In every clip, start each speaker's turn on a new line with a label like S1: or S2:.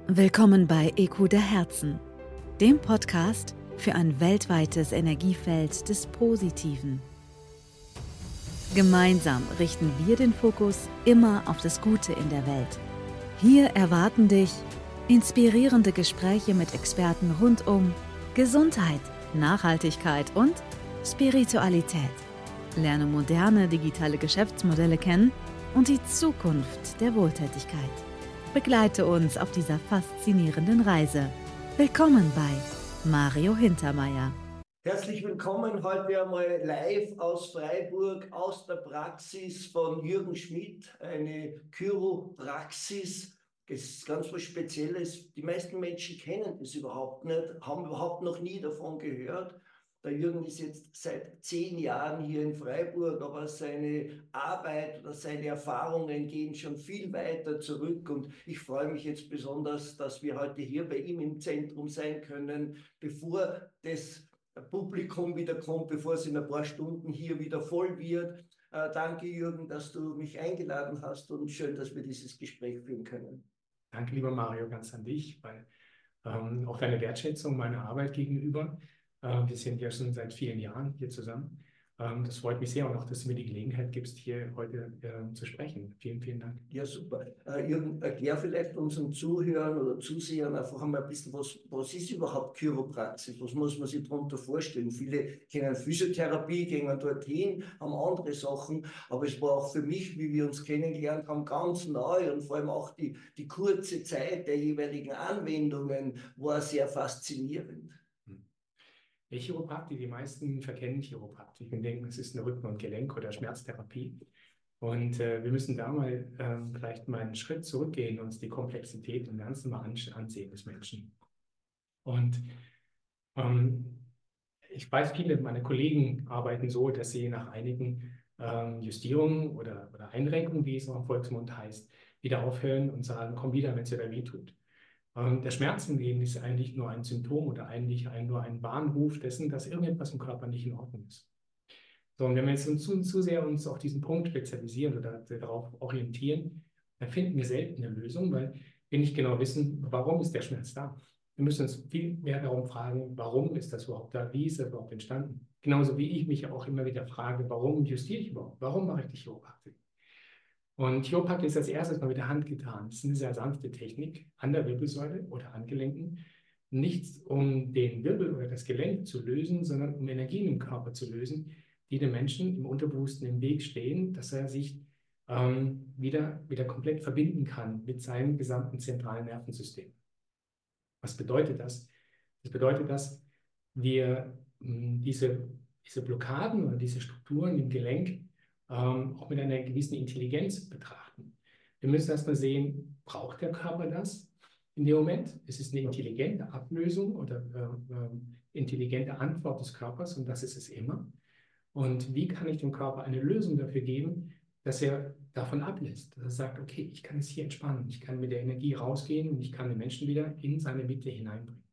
S1: Willkommen bei EQ der Herzen, dem Podcast für ein weltweites Energiefeld des Positiven. Gemeinsam richten wir den Fokus immer auf das Gute in der Welt. Hier erwarten dich inspirierende Gespräche mit Experten rund um Gesundheit, Nachhaltigkeit und Spiritualität. Lerne moderne digitale Geschäftsmodelle kennen und die Zukunft der Wohltätigkeit. Begleite uns auf dieser faszinierenden Reise. Willkommen bei Mario Hintermeier.
S2: Herzlich willkommen heute einmal live aus Freiburg, aus der Praxis von Jürgen Schmidt, eine Chiropraxis. Das ist ganz was Spezielles. Die meisten Menschen kennen das überhaupt nicht, haben überhaupt noch nie davon gehört. Der Jürgen ist jetzt seit 10 Jahren hier in Freiburg, aber seine Arbeit oder seine Erfahrungen gehen schon viel weiter zurück. Und ich freue mich jetzt besonders, dass wir heute hier bei ihm im Zentrum sein können, bevor das Publikum wieder kommt, bevor es in ein paar Stunden hier wieder voll wird. Danke, Jürgen, dass du mich eingeladen hast und schön, dass wir dieses Gespräch führen können.
S3: Danke, lieber Mario, ganz an dich, weil auch deine Wertschätzung meiner Arbeit gegenüber. Wir sind ja schon seit vielen Jahren hier zusammen. Das freut mich sehr und auch, dass du mir die Gelegenheit gibst, hier heute zu sprechen. Vielen, vielen Dank.
S2: Ja, super. Jürgen, erklär vielleicht unseren Zuhörern oder Zusehern einfach einmal ein bisschen, was ist überhaupt Chiropraxis? Was muss man sich darunter vorstellen? Viele kennen Physiotherapie, gehen dorthin, haben andere Sachen, aber es war auch für mich, wie wir uns kennengelernt haben, ganz neu und vor allem auch die kurze Zeit der jeweiligen Anwendungen war sehr faszinierend.
S3: Chiropraktik, die meisten verkennen Chiropraktik und denken, es ist eine Rücken- und Gelenk- oder Schmerztherapie. Und wir müssen da mal vielleicht mal einen Schritt zurückgehen und uns die Komplexität im Ganzen mal ansehen des Menschen. Und ich weiß, viele meiner Kollegen arbeiten so, dass sie nach einigen Justierungen oder Einrenkungen, wie es auch im Volksmund heißt, wieder aufhören und sagen, komm wieder, wenn es dir da weh tut. Der Schmerzengehen ist eigentlich nur ein Symptom oder eigentlich nur ein Warnruf dessen, dass irgendetwas im Körper nicht in Ordnung ist. So, und wenn wir jetzt zu sehr uns auf diesen Punkt spezialisieren oder darauf orientieren, dann finden wir selten eine Lösung, weil wir nicht genau wissen, warum ist der Schmerz da. Wir müssen uns viel mehr darum fragen, warum ist das überhaupt da, wie ist das überhaupt entstanden. Genauso wie ich mich auch immer wieder frage, warum justiere ich überhaupt, warum mache ich die Chiropraktik? Und Chiropraktik ist als erstes mal mit der Hand getan. Das ist eine sehr sanfte Technik an der Wirbelsäule oder an Gelenken. Nichts, um den Wirbel oder das Gelenk zu lösen, sondern um Energien im Körper zu lösen, die dem Menschen im Unterbewussten im Weg stehen, dass er sich wieder komplett verbinden kann mit seinem gesamten zentralen Nervensystem. Was bedeutet das? Das bedeutet, dass wir diese Blockaden oder diese Strukturen im Gelenk auch mit einer gewissen Intelligenz betrachten. Wir müssen erstmal sehen, braucht der Körper das in dem Moment? Es ist eine intelligente Ablösung oder intelligente Antwort des Körpers und das ist es immer. Und wie kann ich dem Körper eine Lösung dafür geben, dass er davon ablässt, dass er sagt, okay, ich kann es hier entspannen, ich kann mit der Energie rausgehen und ich kann den Menschen wieder in seine Mitte hineinbringen.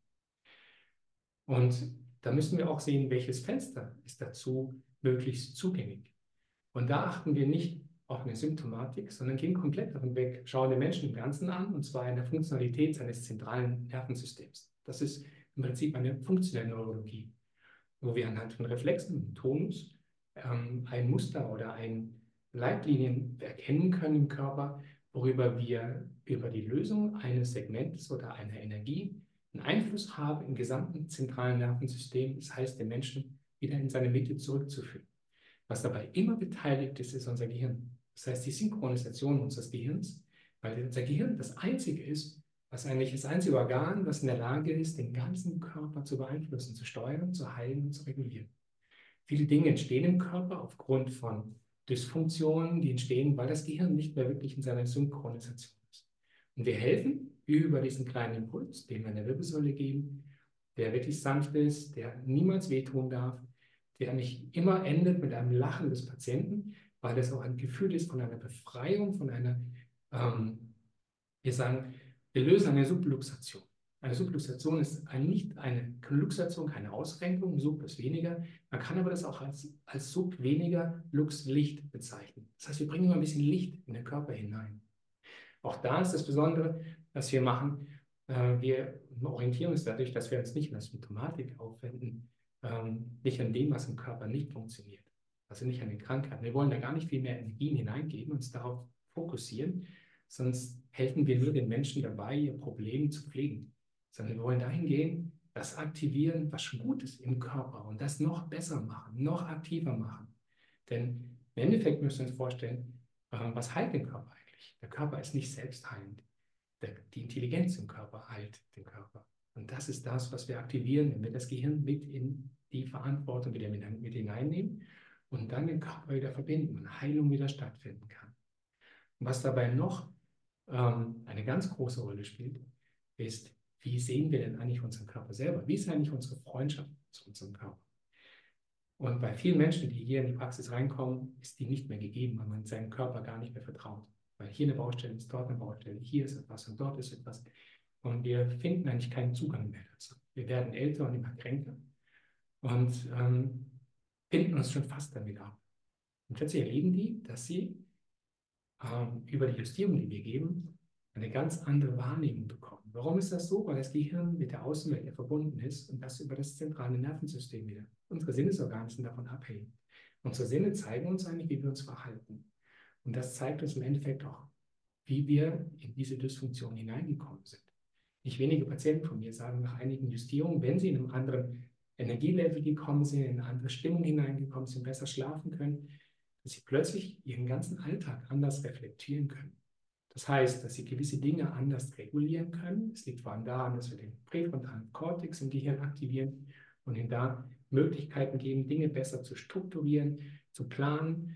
S3: Und da müssen wir auch sehen, welches Fenster ist dazu möglichst zugänglich. Und da achten wir nicht auf eine Symptomatik, sondern gehen komplett davon weg, schauen den Menschen im Ganzen an, und zwar in der Funktionalität seines zentralen Nervensystems. Das ist im Prinzip eine funktionelle Neurologie, wo wir anhand von Reflexen, Tonus, ein Muster oder ein Leitlinien erkennen können im Körper, worüber wir über die Lösung eines Segments oder einer Energie einen Einfluss haben im gesamten zentralen Nervensystem, das heißt, den Menschen wieder in seine Mitte zurückzuführen. Was dabei immer beteiligt ist, ist unser Gehirn. Das heißt, die Synchronisation unseres Gehirns, weil unser Gehirn das einzige ist, was eigentlich das einzige Organ, was in der Lage ist, den ganzen Körper zu beeinflussen, zu steuern, zu heilen und zu regulieren. Viele Dinge entstehen im Körper aufgrund von Dysfunktionen, die entstehen, weil das Gehirn nicht mehr wirklich in seiner Synchronisation ist. Und wir helfen über diesen kleinen Impuls, den wir in der Wirbelsäule geben, der wirklich sanft ist, der niemals wehtun darf, der nicht immer endet mit einem Lachen des Patienten, weil das auch ein Gefühl ist von einer Befreiung, von einer, wir lösen eine Subluxation. Eine Subluxation ist nicht eine Luxation, keine Ausrenkung, Sub ist weniger. Man kann aber das auch als Sub weniger Lux Licht bezeichnen. Das heißt, wir bringen immer ein bisschen Licht in den Körper hinein. Auch da ist das Besondere, was wir machen, Wir orientieren uns dadurch, dass wir uns nicht an der Symptomatik aufwenden, nicht an dem, was im Körper nicht funktioniert, also nicht an den Krankheiten. Wir wollen da gar nicht viel mehr Energien hineingeben, uns darauf fokussieren, sonst helfen wir nur den Menschen dabei, ihr Problem zu pflegen. Sondern wir wollen dahin gehen, das aktivieren, was schon gut ist im Körper und das noch besser machen, noch aktiver machen. Denn im Endeffekt müssen wir uns vorstellen, was heilt den Körper eigentlich? Der Körper ist nicht selbstheilend. Die Intelligenz im Körper heilt den Körper. Und das ist das, was wir aktivieren, wenn wir das Gehirn mit in die Verantwortung wieder mit hineinnehmen und dann den Körper wieder verbinden und Heilung wieder stattfinden kann. Und was dabei noch eine ganz große Rolle spielt, ist, wie sehen wir denn eigentlich unseren Körper selber? Wie ist eigentlich unsere Freundschaft zu unserem Körper? Und bei vielen Menschen, die hier in die Praxis reinkommen, ist die nicht mehr gegeben, weil man seinem Körper gar nicht mehr vertraut. Weil hier eine Baustelle ist, dort eine Baustelle, hier ist etwas und dort ist etwas. Und wir finden eigentlich keinen Zugang mehr dazu. Wir werden älter und immer kränker und finden uns schon fast damit ab. Und plötzlich erleben die, dass sie über die Justierung, die wir geben, eine ganz andere Wahrnehmung bekommen. Warum ist das so? Weil das Gehirn mit der Außenwelt ja verbunden ist und das über das zentrale Nervensystem wieder. Unsere Sinnesorgane sind davon abhängig. Unsere Sinne zeigen uns eigentlich, wie wir uns verhalten. Und das zeigt uns im Endeffekt auch, wie wir in diese Dysfunktion hineingekommen sind. Nicht wenige Patienten von mir sagen nach einigen Justierungen, wenn sie in einem anderen Energielevel gekommen sind, in eine andere Stimmung hineingekommen sind, besser schlafen können, dass sie plötzlich ihren ganzen Alltag anders reflektieren können. Das heißt, dass sie gewisse Dinge anders regulieren können. Es liegt vor allem daran, dass wir den präfrontalen Kortex im Gehirn aktivieren und ihnen da Möglichkeiten geben, Dinge besser zu strukturieren, zu planen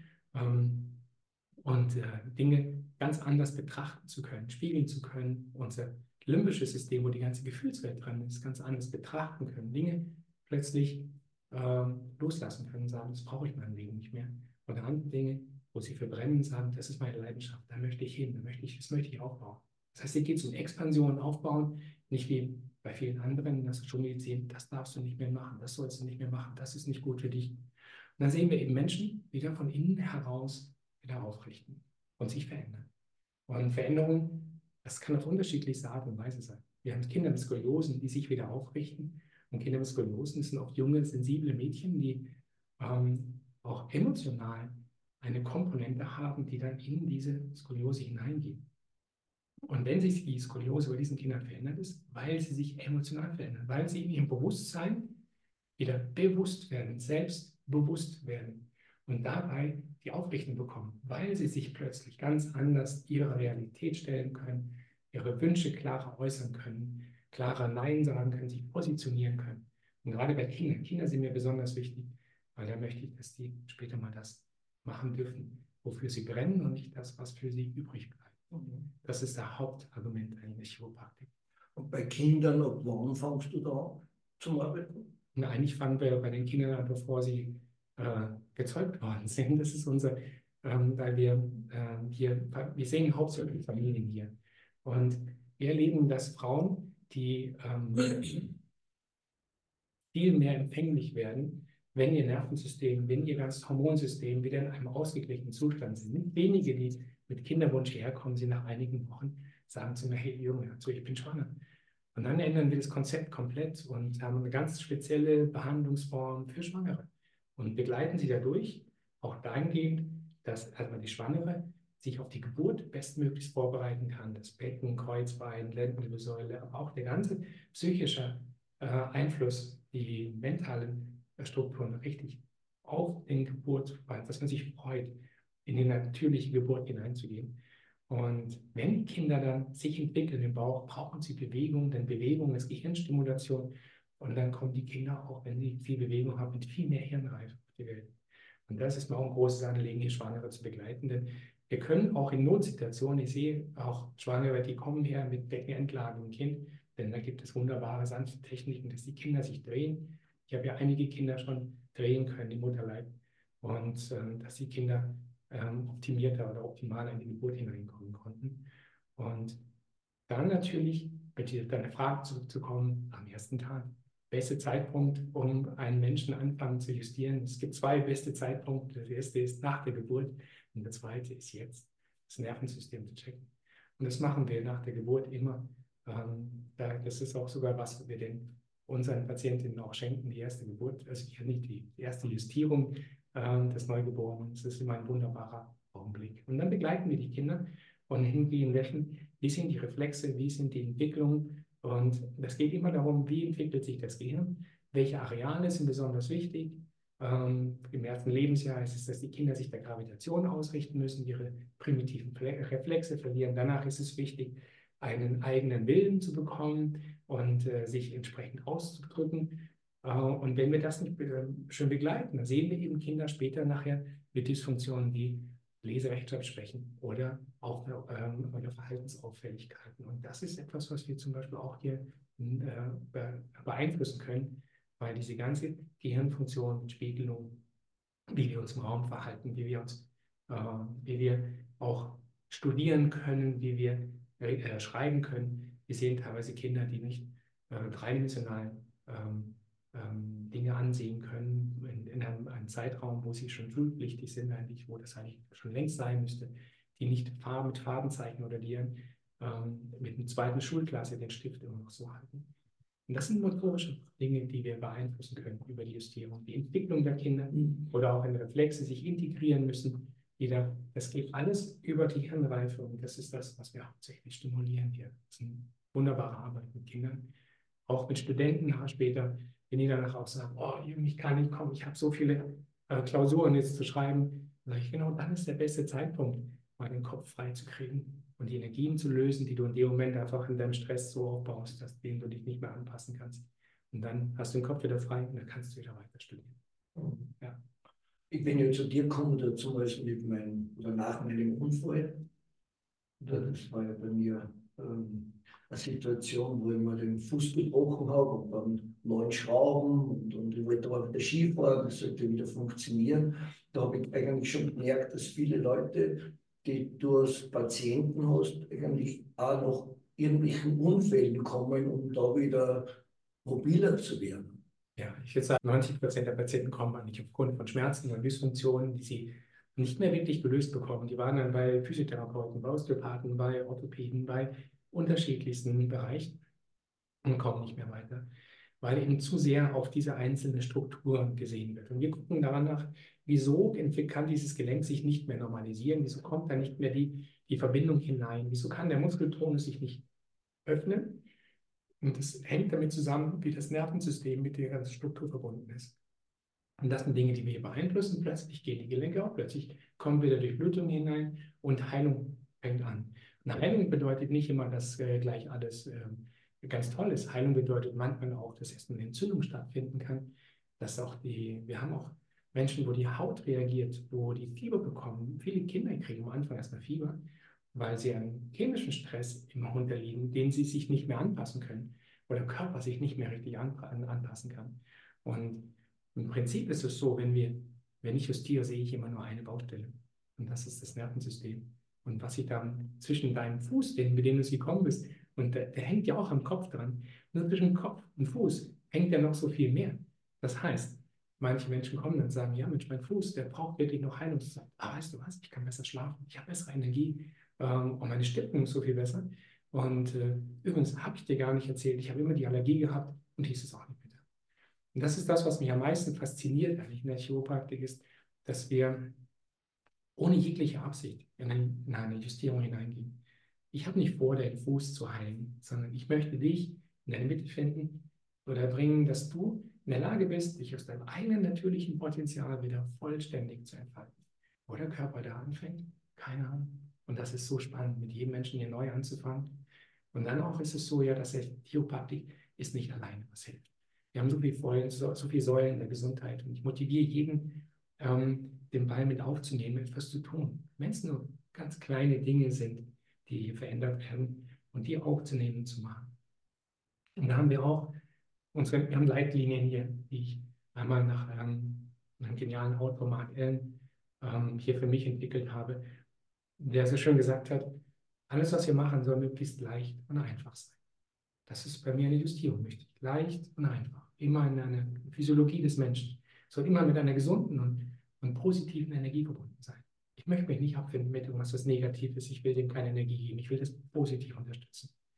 S3: und Dinge ganz anders betrachten zu können, spiegeln zu können. Unser limbisches System, wo die ganze Gefühlswelt dran ist, ganz anders betrachten können, Dinge plötzlich loslassen können, sagen, das brauche ich in meinem Leben nicht mehr. Oder andere Dinge, wo sie verbrennen und sagen, das ist meine Leidenschaft, da möchte ich hin, das möchte ich aufbauen. Das heißt, hier geht es um Expansion, Aufbauen, nicht wie bei vielen anderen in der Schulmedizin, das darfst du nicht mehr machen, das sollst du nicht mehr machen, das ist nicht gut für dich. Und dann sehen wir eben Menschen wieder von innen heraus wieder aufrichten und sich verändern. Und Veränderung, das kann auf unterschiedlichste Art und Weise sein. Wir haben Kinder mit Skoliosen, die sich wieder aufrichten. Und Kinder mit Skoliosen sind auch junge, sensible Mädchen, die auch emotional eine Komponente haben, die dann in diese Skoliose hineingeht. Und wenn sich die Skoliose bei diesen Kindern verändert ist, weil sie sich emotional verändern, weil sie in ihrem Bewusstsein wieder bewusst werden, selbstbewusst werden und dabei die Aufrichtung bekommen, weil sie sich plötzlich ganz anders ihrer Realität stellen können, ihre Wünsche klarer äußern können, klarer Nein sagen können, sich positionieren können. Und gerade bei Kinder sind mir besonders wichtig, weil da möchte ich, dass die später mal das machen dürfen, wofür sie brennen und nicht das, was für sie übrig bleibt. Das ist das Hauptargument einer Chiropraktik.
S2: Und bei Kindern, ab wann fängst du da an zum Arbeiten?
S3: Und eigentlich fangen wir bei den Kindern an, bevor sie gezeugt worden sind. Das ist unser, weil wir sehen hauptsächlich Familien hier. Und wir erleben, dass Frauen, die viel mehr empfänglich werden, wenn ihr Nervensystem, wenn ihr ganzes Hormonsystem wieder in einem ausgeglichenen Zustand sind. Nicht wenige, die mit Kinderwunsch hierher kommen, sie nach einigen Wochen sagen zu mir, hey Junge, also ich bin schwanger. Und dann ändern wir das Konzept komplett und haben eine ganz spezielle Behandlungsform für Schwangere. Und begleiten sie dadurch, auch dahingehend, dass erstmal die Schwangere sich auf die Geburt bestmöglichst vorbereiten kann. Das Becken, Kreuzbein, Lendenwirbelsäule, aber auch der ganze psychische Einfluss, die mentalen Strukturen richtig auf den Geburt, dass man sich freut, in die natürliche Geburt hineinzugehen. Und wenn die Kinder dann sich entwickeln im Bauch, brauchen sie Bewegung, denn Bewegung ist Gehirnstimulation. Und dann kommen die Kinder, auch wenn sie viel Bewegung haben, mit viel mehr Hirnreife auf die Welt. Und das ist mir auch ein großes Anliegen, hier Schwangere zu begleiten, denn wir können auch in Notsituationen, ich sehe auch Schwangere, die kommen her mit Beckenendlage im Kind, denn da gibt es wunderbare, sanfte Techniken, dass die Kinder sich drehen. Ich habe ja einige Kinder schon drehen können im Mutterleib und dass die Kinder optimierter oder optimaler in die Geburt hineinkommen konnten. Und dann natürlich, mit deiner Frage zurückzukommen, am ersten Tag. Beste Zeitpunkt, um einen Menschen anfangen zu justieren. Es gibt zwei beste Zeitpunkte. Der erste ist nach der Geburt und der zweite ist jetzt, das Nervensystem zu checken. Und das machen wir nach der Geburt immer. Das ist auch sogar was wir unseren Patientinnen auch schenken, die erste Geburt, also nicht die erste Justierung des Neugeborenen. Das ist immer ein wunderbarer Augenblick. Und dann begleiten wir die Kinder und hingehen lassen, wie sind die Reflexe, wie sind die Entwicklungen. Und das geht immer darum, wie entwickelt sich das Gehirn, welche Areale sind besonders wichtig. Im ersten Lebensjahr ist es, dass die Kinder sich der Gravitation ausrichten müssen, ihre primitiven Reflexe verlieren. Danach ist es wichtig, einen eigenen Willen zu bekommen und sich entsprechend auszudrücken. Und wenn wir das nicht schön begleiten, dann sehen wir eben Kinder später nachher mit Dysfunktionen wie Leserechtschreibschwächen oder auch oder Verhaltensauffälligkeiten. Und das ist etwas, was wir zum Beispiel auch hier beeinflussen können, weil diese ganze Gehirnfunktion, Spiegelung, wie wir uns im Raum verhalten, wie wir auch studieren können, wie wir schreiben können. Wir sehen teilweise Kinder, die nicht dreidimensional Dinge ansehen können in einem Zeitraum, wo sie schon schulpflichtig sind, eigentlich, wo das eigentlich schon längst sein müsste, die nicht mit Farben zeichnen oder die mit einer zweiten Schulklasse den Stift immer noch so halten. Und das sind motorische Dinge, die wir beeinflussen können über die Justierung. Die Entwicklung der Kinder oder auch in Reflexe sich integrieren müssen. Das geht alles über die Hirnreife und das ist das, was wir hauptsächlich stimulieren hier. Das ist eine wunderbare Arbeit mit Kindern. Auch mit Studenten später, wenn die danach auch sagen, oh, ich kann nicht kommen, ich habe so viele Klausuren jetzt zu schreiben. Dann sage ich, genau, dann ist der beste Zeitpunkt, mal den Kopf frei zu kriegen und die Energien zu lösen, die du in dem Moment einfach in deinem Stress so aufbaust, dass denen du dich nicht mehr anpassen kannst. Und dann hast du den Kopf wieder frei und dann kannst du wieder weiter studieren. Ja.
S2: Ich bin ja zu dir gekommen, da zum Beispiel nach meinem Unfall. Das war ja bei mir eine Situation, wo ich mir den Fuß gebrochen habe und dann 9 Schrauben und ich wollte aber wieder Skifahren, das sollte wieder funktionieren. Da habe ich eigentlich schon gemerkt, dass viele Leute, die du als Patienten hast, eigentlich auch noch irgendwelchen Unfällen kommen, um da wieder mobiler zu werden.
S3: Ja, ich würde sagen, 90% der Patienten kommen eigentlich aufgrund von Schmerzen und Dysfunktionen, die sie nicht mehr wirklich gelöst bekommen. Die waren dann bei Physiotherapeuten, bei Osteopathen, bei Orthopäden, bei unterschiedlichsten Bereichen und kommen nicht mehr weiter, weil eben zu sehr auf diese einzelne Struktur gesehen wird. Und wir gucken danach, wieso kann dieses Gelenk sich nicht mehr normalisieren, wieso kommt da nicht mehr die Verbindung hinein, wieso kann der Muskeltonus sich nicht öffnen. Und das hängt damit zusammen, wie das Nervensystem mit der ganzen Struktur verbunden ist. Und das sind Dinge, die wir hier beeinflussen. Plötzlich gehen die Gelenke auf, plötzlich kommen wieder Durchblutung hinein und Heilung fängt an. Und Heilung bedeutet nicht immer, dass gleich alles ganz toll ist. Heilung bedeutet manchmal auch, dass erst eine Entzündung stattfinden kann. Wir haben auch Menschen, wo die Haut reagiert, wo die Fieber bekommen. Viele Kinder kriegen am Anfang erstmal Fieber, weil sie einen chemischen Stress immer unterliegen, den sie sich nicht mehr anpassen können, wo der Körper sich nicht mehr richtig anpassen kann. Und im Prinzip ist es so, wenn ich justiere, sehe ich immer nur eine Baustelle. Und das ist das Nervensystem. Und was sich dann zwischen deinem Fuß, mit dem du gekommen bist, und der hängt ja auch am Kopf dran, nur zwischen Kopf und Fuß hängt ja noch so viel mehr. Das heißt, manche Menschen kommen und sagen, ja Mensch, mein Fuß, der braucht wirklich noch Heilungszeit. Aber weißt du was, ich kann besser schlafen, ich habe bessere Energie und meine Stimmung ist so viel besser. Und übrigens habe ich dir gar nicht erzählt, ich habe immer die Allergie gehabt und hieß es auch nicht mehr. Und das ist das, was mich am meisten fasziniert eigentlich in der Chiropraktik ist, dass wir ohne jegliche Absicht in eine Justierung hineingehen. Ich habe nicht vor, deinen Fuß zu heilen, sondern ich möchte dich in deine Mitte finden oder bringen, dass du in der Lage bist, dich aus deinem eigenen natürlichen Potenzial wieder vollständig zu entfalten. Wo der Körper da anfängt, keine Ahnung. Und das ist so spannend, mit jedem Menschen hier neu anzufangen. Und dann auch ist es so, ja, dass Chiropraktik ist nicht alleine, was hilft. Wir haben so viele Säulen in der Gesundheit und ich motiviere jeden, den Ball mit aufzunehmen, etwas zu tun. Wenn es nur ganz kleine Dinge sind, die verändert werden und die aufzunehmen und zu machen. Und da haben wir auch wir haben Leitlinien hier, die ich einmal nach einem genialen Autor Mark Allen hier für mich entwickelt habe, der so schön gesagt hat, alles, was wir machen, soll möglichst leicht und einfach sein. Das ist bei mir eine Justierung, möchte ich leicht und einfach. Immer in einer Physiologie des Menschen. Soll immer mit einer gesunden und positiven Energie verbunden sein. Ich möchte mich nicht abfinden mit irgendwas, was negativ ist. Ich will dem keine Energie geben. Ich will das positiv unterstützen.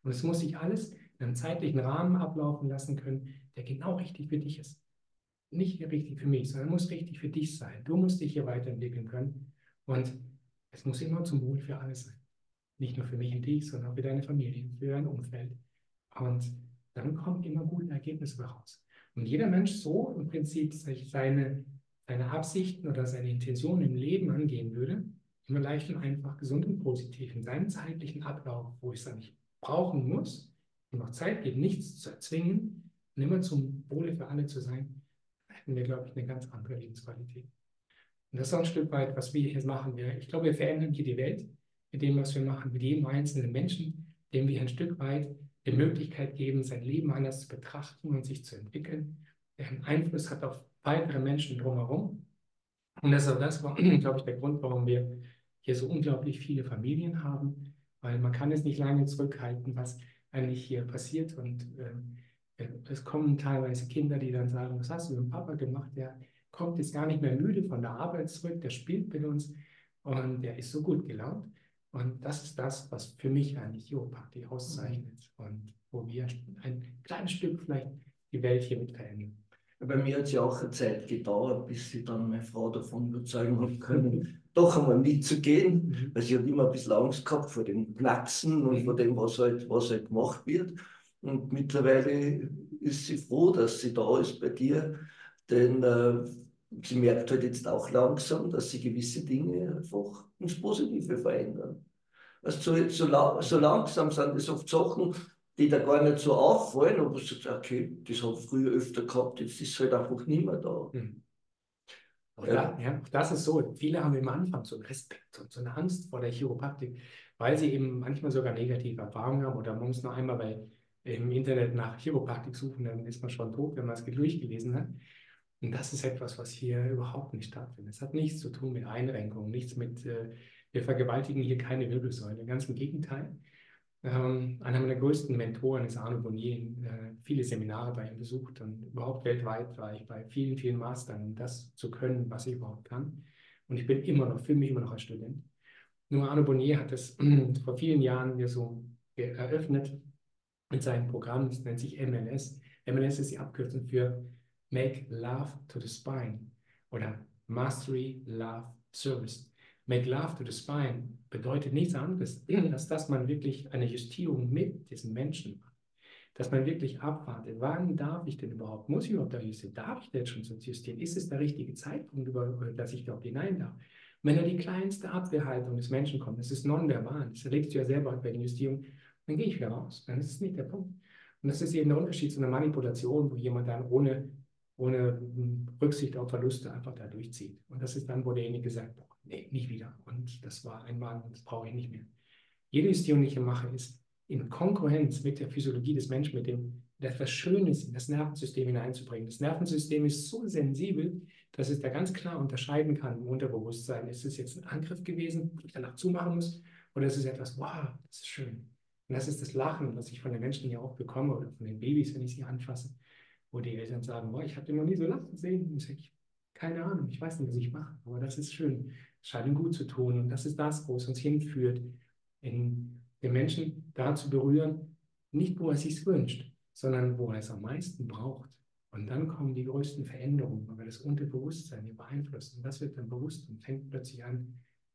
S3: Und es muss sich alles in einem zeitlichen Rahmen ablaufen lassen können, der genau richtig für dich ist. Nicht richtig für mich, sondern muss richtig für dich sein. Du musst dich hier weiterentwickeln können. Und es muss immer zum Wohl für alle sein. Nicht nur für mich und dich, sondern auch für deine Familie, für dein Umfeld. Und dann kommen immer gute Ergebnisse raus. Und jeder Mensch so im Prinzip seine Absichten oder seine Intentionen im Leben angehen würde, immer leicht und einfach, gesund und positiv, in seinem zeitlichen Ablauf, wo ich es dann nicht brauchen muss und noch Zeit gibt, nichts zu erzwingen und immer zum Wohle für alle zu sein, hätten wir, glaube ich, eine ganz andere Lebensqualität. Und das ist auch ein Stück weit, was wir hier machen. Ich glaube, wir verändern hier die Welt mit dem, was wir machen, mit jedem einzelnen Menschen, dem wir ein Stück weit die Möglichkeit geben, sein Leben anders zu betrachten und sich zu entwickeln, der einen Einfluss hat auf weitere Menschen drumherum. Und das ist auch das, glaube ich, der Grund, warum wir hier so unglaublich viele Familien haben, weil man kann es nicht lange zurückhalten, was eigentlich hier passiert. Und es kommen teilweise Kinder, die dann sagen, was hast du mit dem Papa gemacht? Der kommt jetzt gar nicht mehr müde von der Arbeit zurück, der spielt mit uns und der ist so gut gelaunt. Und das ist das, was für mich eigentlich Chiropraktik auszeichnet und wo wir ein kleines Stück vielleicht die Welt hier mit verändern.
S2: Bei mir hat es ja auch eine Zeit gedauert, bis ich dann meine Frau davon überzeugen habe können, doch einmal mitzugehen, weil sie hat immer ein bisschen Angst gehabt vor dem Knacksen und vor dem, was halt gemacht wird. Und mittlerweile ist sie froh, dass sie da ist bei dir, denn sie merkt halt jetzt auch langsam, dass sie gewisse Dinge einfach ins Positive verändern. Also so langsam sind das oft Sachen, die da gar nicht so auffallen, aber du sagst, okay, das habe ich früher öfter gehabt, jetzt ist es halt einfach nicht mehr da.
S3: Auch das ist so. Viele haben am Anfang so einen Respekt und so eine Angst vor der Chiropraktik, weil sie eben manchmal sogar negative Erfahrungen haben oder man muss noch einmal im Internet nach Chiropraktik suchen, dann ist man schon tot, wenn man es durchgelesen hat. Und das ist etwas, was hier überhaupt nicht stattfindet. Es hat nichts zu tun mit Einschränkungen, nichts mit, wir vergewaltigen hier keine Wirbelsäule. Ganz im Gegenteil. Einer meiner größten Mentoren ist Arno Bonnier. Viele Seminare bei ihm besucht und überhaupt weltweit war ich bei vielen, vielen Mastern, um das zu können, was ich überhaupt kann. Und ich bin fühle mich immer noch als Student. Nur Arno Bonnier hat das vor vielen Jahren mir so eröffnet mit seinem Programm. Es nennt sich MLS. MLS ist die Abkürzung für Make Love to the Spine oder Mastery Love Service. Make Love to the Spine bedeutet nichts anderes, als dass man wirklich eine Justierung mit diesem Menschen macht. Dass man wirklich abwartet, wann darf ich denn überhaupt, muss ich überhaupt da justieren, darf ich denn schon so justieren, ist es der richtige Zeitpunkt, dass ich überhaupt hinein darf? Wenn da die kleinste Abwehrhaltung des Menschen kommt, das ist nonverbal, das erlebst du ja selber bei den Justierungen, dann gehe ich wieder raus, dann ist es nicht der Punkt. Und das ist eben der Unterschied zu einer Manipulation, wo jemand dann ohne Rücksicht auf Verluste einfach da durchzieht. Und das ist dann, wo derjenige sagt, boah, nee, nicht wieder. Und das war einmal und das brauche ich nicht mehr. Jede Justierung, die ich hier mache, ist in Konkurrenz mit der Physiologie des Menschen, mit dem etwas Schönes in das Nervensystem hineinzubringen. Das Nervensystem ist so sensibel, dass es da ganz klar unterscheiden kann im Unterbewusstsein. Ist es jetzt ein Angriff gewesen, wo ich danach zumachen muss, oder ist es etwas, wow, das ist schön. Und das ist das Lachen, was ich von den Menschen hier auch bekomme oder von den Babys, wenn ich sie anfasse, wo die Eltern sagen, boah, ich habe den noch nie so lachen sehen. Und ich sage, keine Ahnung, ich weiß nicht, was ich mache, aber das ist schön. Es scheint ihm gut zu tun. Und das ist das, wo es uns hinführt, in den Menschen da zu berühren, nicht wo er es sich wünscht, sondern wo er es am meisten braucht. Und dann kommen die größten Veränderungen, weil wir das Unterbewusstsein hier beeinflussen. Und das wird dann bewusst und fängt plötzlich an,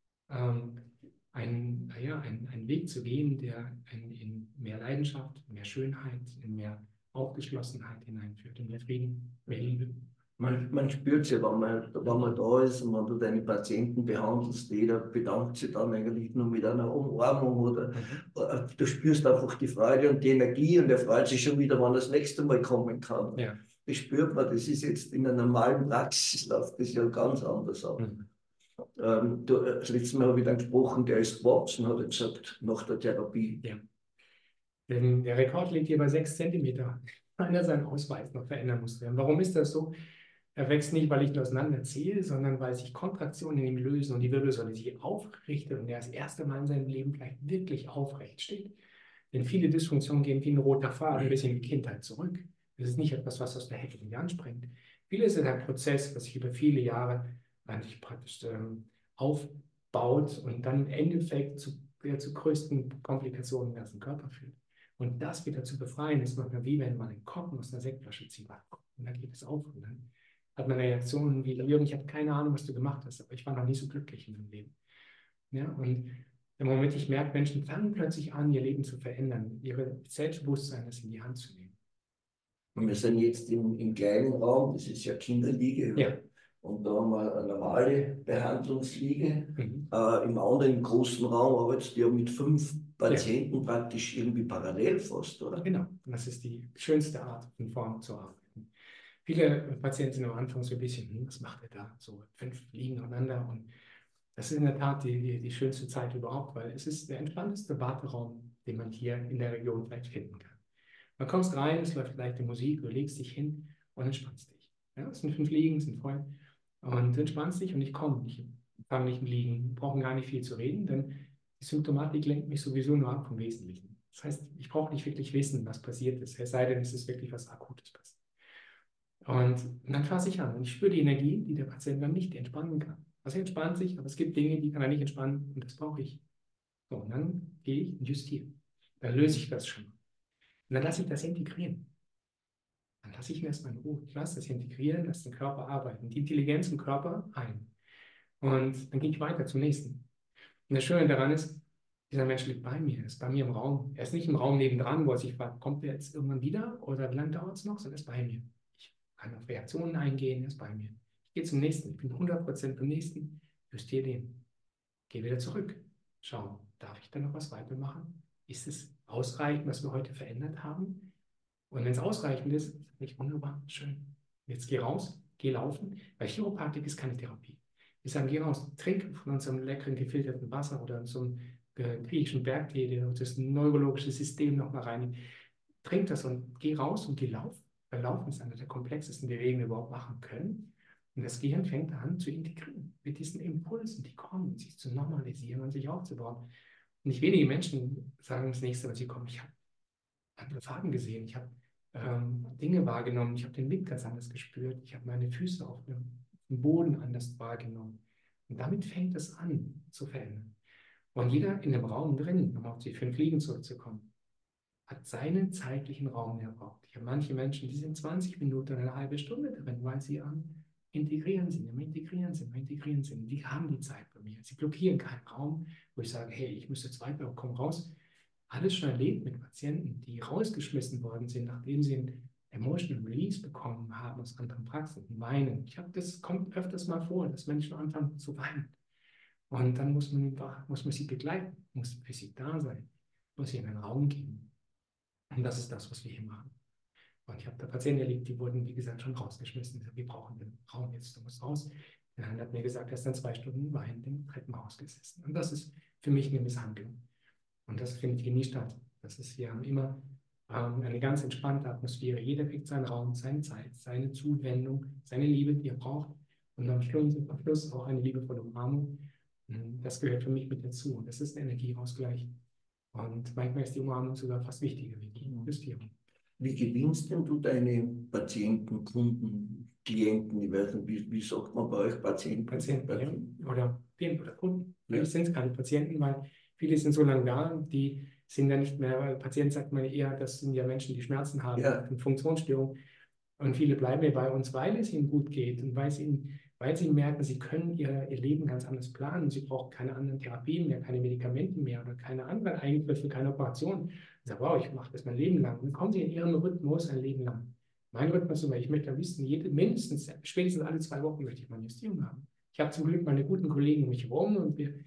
S3: einen Weg zu gehen, der in mehr Leidenschaft, mehr Schönheit, in mehr Aufgeschlossenheit hineinführt, in mehr Frieden, mehr Liebe.
S2: Man spürt es ja, wenn man da ist und wenn du deine Patienten behandelst, jeder bedankt sich dann eigentlich nur mit einer Umarmung oder du spürst einfach die Freude und die Energie und er freut sich schon wieder, wann das nächste Mal kommen kann.
S3: Ja.
S2: Das spürt man, das ist jetzt in einer normalen Praxis, läuft das ja ganz anders ab. Das letzte Mal habe ich dann gesprochen, der ist gewachsen, hat er gesagt, nach der Therapie.
S3: Ja. Denn der Rekord liegt hier bei 6 Zentimeter, weil er seinen Ausweis noch verändern musste. Und warum ist das so? Er wächst nicht, weil ich ihn auseinanderziehe, sondern weil sich Kontraktionen in ihm lösen und die Wirbelsäule sich aufrichtet und er das erste Mal in seinem Leben vielleicht wirklich aufrecht steht. Denn viele Dysfunktionen gehen wie ein roter Faden bis in die Kindheit zurück. Das ist nicht etwas, was aus der Hecke nicht anspringt. Vieles ist ein Prozess, was sich über viele Jahre eigentlich praktisch aufbaut und dann im Endeffekt zu größten Komplikationen im ganzen Körper führt. Und das wieder zu befreien, ist manchmal wie wenn man einen Korken aus einer Sektflasche zieht. Und dann geht es auf. Und dann hat man Reaktionen wie, Jürgen, ich habe keine Ahnung, was du gemacht hast, aber ich war noch nie so glücklich in meinem Leben. Ja, und im Moment, ich merke, Menschen fangen plötzlich an, ihr Leben zu verändern, ihre Selbstbewusstsein in die Hand zu nehmen.
S2: Und wir sind jetzt im kleinen Raum, das ist ja Kinderliege.
S3: Ja.
S2: Und da haben wir eine normale Behandlungsliege.
S3: Mhm.
S2: Im anderen großen Raum arbeitet ihr mit 5 Patienten praktisch irgendwie parallel fast, oder?
S3: Genau, und das ist die schönste Art und Form zu arbeiten. Viele Patienten sind am Anfang so ein bisschen, was macht er da? So 5 liegen aufeinander. Und das ist in der Tat die schönste Zeit überhaupt, weil es ist der entspannteste Warteraum, den man hier in der Region vielleicht finden kann. Man kommst rein, es läuft leichte Musik, du legst dich hin und entspannst dich. Ja, es sind 5 Liegen, es sind voll. Und du entspannst dich und ich komme nicht, fange nicht im Liegen, brauchen gar nicht viel zu reden, denn die Symptomatik lenkt mich sowieso nur ab vom Wesentlichen. Das heißt, ich brauche nicht wirklich wissen, was passiert ist, es sei denn, es ist wirklich was Akutes passiert. Und dann fasse ich an und ich spüre die Energie, die der Patient dann nicht entspannen kann. Also er entspannt sich, aber es gibt Dinge, die kann er nicht entspannen und das brauche ich. So, und dann gehe ich und justiere. Dann löse ich das schon mal. Und dann lasse ich das integrieren. Dann lasse ich ihn erstmal in Ruhe. Ich lasse das integrieren, lasse den Körper arbeiten. Die Intelligenz im Körper ein. Und dann gehe ich weiter zum nächsten. Und das Schöne daran ist, dieser Mensch liegt bei mir, er ist bei mir im Raum. Er ist nicht im Raum nebendran, wo er sich fragt, kommt er jetzt irgendwann wieder oder wie lange dauert es noch, sondern er ist bei mir. Ich kann auf Reaktionen eingehen, er ist bei mir. Ich gehe zum nächsten, ich bin 100% beim nächsten, justiere den. Gehe wieder zurück. Schau, darf ich da noch was weitermachen? Ist es ausreichend, was wir heute verändert haben? Und wenn es ausreichend ist, sage ich, wunderbar, schön. Jetzt geh raus, geh laufen, weil Chiropraktik ist keine Therapie. Wir sagen, geh raus, trink von unserem leckeren gefilterten Wasser oder unserem griechischen Bergtee, der das neurologische System nochmal reinigt. Trink das und geh raus und geh laufen. Weil Laufen ist eine der komplexesten Bewegungen, die wir überhaupt machen können. Und das Gehirn fängt an zu integrieren mit diesen Impulsen, die kommen, sich zu normalisieren und sich aufzubauen. Und nicht wenige Menschen sagen das nächste, was sie kommen, ich habe andere Farben gesehen, ich habe Dinge wahrgenommen, ich habe den Wind ganz anders gespürt, ich habe meine Füße auf dem Boden anders wahrgenommen. Und damit fängt es an zu verändern. Und jeder in dem Raum drin, um auf die 5 Liegen zurückzukommen, hat seinen zeitlichen Raum, den er braucht. Ich habe manche Menschen, die sind 20 Minuten, eine halbe Stunde drin, weil sie am Integrieren sind, am Integrieren sind, am Integrieren sind. Die haben die Zeit bei mir. Sie blockieren keinen Raum, wo ich sage, hey, ich muss jetzt weiter, komm raus. Alles schon erlebt mit Patienten, die rausgeschmissen worden sind, nachdem sie einen Emotional Release bekommen haben aus anderen Praxen, weinen. Das kommt öfters mal vor, dass Menschen anfangen zu weinen. Und dann muss man sie begleiten, muss für sie da sein, muss ihnen einen Raum geben. Und das ist das, was wir hier machen. Und ich habe da Patienten erlebt, die wurden, wie gesagt, schon rausgeschmissen. Wir brauchen den Raum jetzt, du musst raus. Der eine hat mir gesagt, er ist dann 2 Stunden weinend im Treppenhaus gesessen. Und das ist für mich eine Misshandlung. Und das findet hier nie statt. Wir haben immer eine ganz entspannte Atmosphäre. Jeder kriegt seinen Raum, seine Zeit, seine Zuwendung, seine Liebe, die er braucht. Und am Schluss auch eine liebevolle Umarmung. Das gehört für mich mit dazu. Das ist ein Energieausgleich. Und manchmal ist die Umarmung sogar fast wichtiger wie die Justierung.
S2: Wie gewinnst denn du deine Patienten, Kunden, Klienten? Ich weiß nicht, wie sagt man bei euch Patienten?
S3: Patienten, ja. Oder Klienten oder Kunden.
S2: Ja.
S3: Eigentlich sind es keine Patienten, weil viele sind so lange da, die sind ja nicht mehr, weil Patient sagt man eher, das sind ja Menschen, die Schmerzen haben,
S2: Ja.
S3: Funktionsstörungen. Und viele bleiben ja bei uns, weil es ihnen gut geht und weil sie merken, sie können ihr Leben ganz anders planen. Sie brauchen keine anderen Therapien mehr, keine Medikamente mehr oder keine anderen Eingriffe, keine Operationen. Ich sage, wow, ich mache das mein Leben lang. Dann kommen sie in ihrem Rhythmus ein Leben lang. Mein Rhythmus ist immer, ich möchte am liebsten mindestens, spätestens alle 2 Wochen möchte ich meine Justierung haben. Ich habe zum Glück meine guten Kollegen um mich herum und wir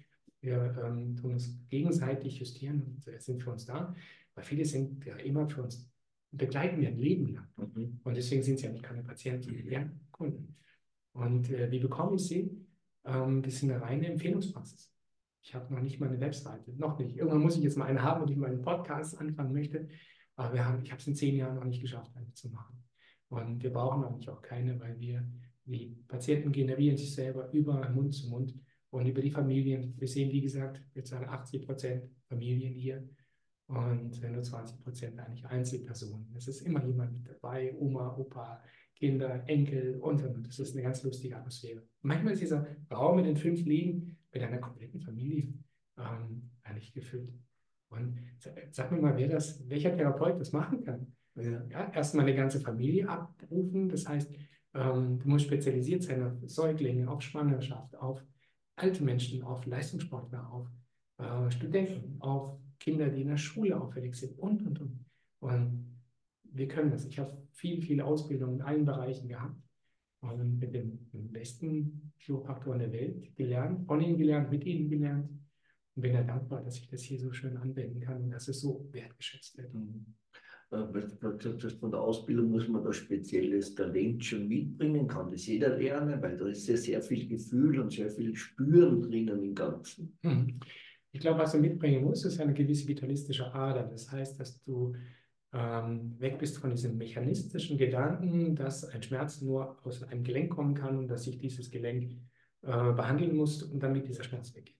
S3: tun uns gegenseitig justieren und sind für uns da. Weil viele sind ja immer für uns, begleiten wir ein Leben lang. Und deswegen sind sie ja nicht keine Patienten, ja, Kunden. Und wie bekomme ich sie? Das ist eine reine Empfehlungspraxis. Ich habe noch nicht mal eine Webseite, noch nicht. Irgendwann muss ich jetzt mal eine haben, wenn ich meinen Podcast anfangen möchte. Aber ich habe es in 10 Jahren noch nicht geschafft, eine zu machen. Und wir brauchen eigentlich auch keine, weil die Patienten generieren sich selber über Mund zu Mund und über die Familien. Wir sehen, wie gesagt, wir sagen 80% Familien hier und nur 20% eigentlich Einzelpersonen. Es ist immer jemand mit dabei, Oma, Opa, Kinder, Enkel und. Das ist eine ganz lustige Atmosphäre. Manchmal ist dieser Raum mit den 5 Liegen mit einer kompletten Familie eigentlich gefüllt. Und sag mir mal, welcher Therapeut das machen kann.
S2: Ja.
S3: Ja, erstmal eine ganze Familie abrufen. Das heißt, du musst spezialisiert sein auf Säuglinge, auf Schwangerschaft, auf alte Menschen, auf Leistungssportler, auf Studenten, auf Kinder, die in der Schule auffällig sind und. Und wir können das. Ich habe viele Ausbildungen in allen Bereichen gehabt und mit den besten Chiropraktoren der Welt gelernt, von ihnen gelernt, mit ihnen gelernt. Und bin ja dankbar, dass ich das hier so schön anwenden kann und dass es so wertgeschätzt wird.
S2: Weil du gesagt hast, von der Ausbildung muss man da spezielles Talent schon mitbringen, kann das jeder lernen, weil da ist ja sehr viel Gefühl und sehr viel Spüren drinnen im Ganzen.
S3: Ich glaube, was du mitbringen musst, ist eine gewisse vitalistische Ader. Das heißt, dass du weg bist von diesem mechanistischen Gedanken, dass ein Schmerz nur aus einem Gelenk kommen kann und dass ich dieses Gelenk behandeln muss und damit dieser Schmerz weggeht.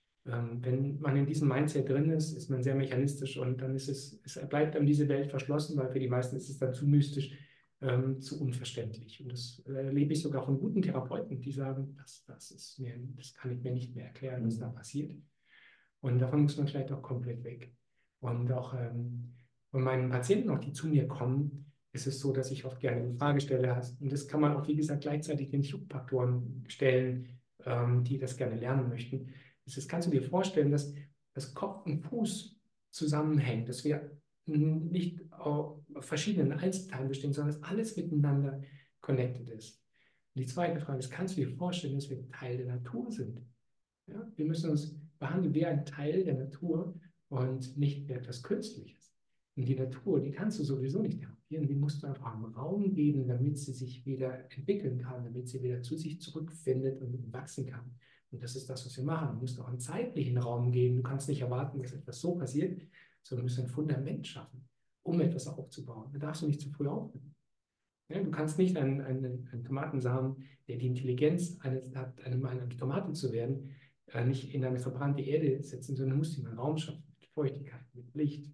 S3: Wenn man in diesem Mindset drin ist, ist man sehr mechanistisch und dann es bleibt einem diese Welt verschlossen, weil für die meisten ist es dann zu mystisch, zu unverständlich. Und das erlebe ich sogar von guten Therapeuten, die sagen, das kann ich mir nicht mehr erklären, was da passiert. Und davon muss man vielleicht auch komplett weg. Und auch von meinen Patienten, auch die zu mir kommen, ist es so, dass ich oft gerne eine Frage stelle. Und das kann man auch, wie gesagt, gleichzeitig den Chiropraktoren stellen, die das gerne lernen möchten. Das kannst du dir vorstellen, dass das Kopf und Fuß zusammenhängt, dass wir nicht auf verschiedenen Einzelteilen bestehen, sondern dass alles miteinander connected ist. Und die zweite Frage ist, kannst du dir vorstellen, dass wir Teil der Natur sind? Ja? Wir müssen uns behandeln wie ein Teil der Natur und nicht wie etwas Künstliches. Und die Natur, die kannst du sowieso nicht therapieren, die musst du einfach einen Raum geben, damit sie sich wieder entwickeln kann, damit sie wieder zu sich zurückfindet und wachsen kann. Und das ist das, was wir machen. Du musst auch einen zeitlichen Raum geben. Du kannst nicht erwarten, dass etwas so passiert, sondern du musst ein Fundament schaffen, um etwas aufzubauen. Da darfst du nicht zu früh aufhören. Ja, du kannst nicht einen Tomatensamen, der die Intelligenz hat, eine Tomate zu werden, nicht in eine verbrannte Erde setzen, sondern du musst ihm einen Raum schaffen, mit Feuchtigkeit, mit Licht,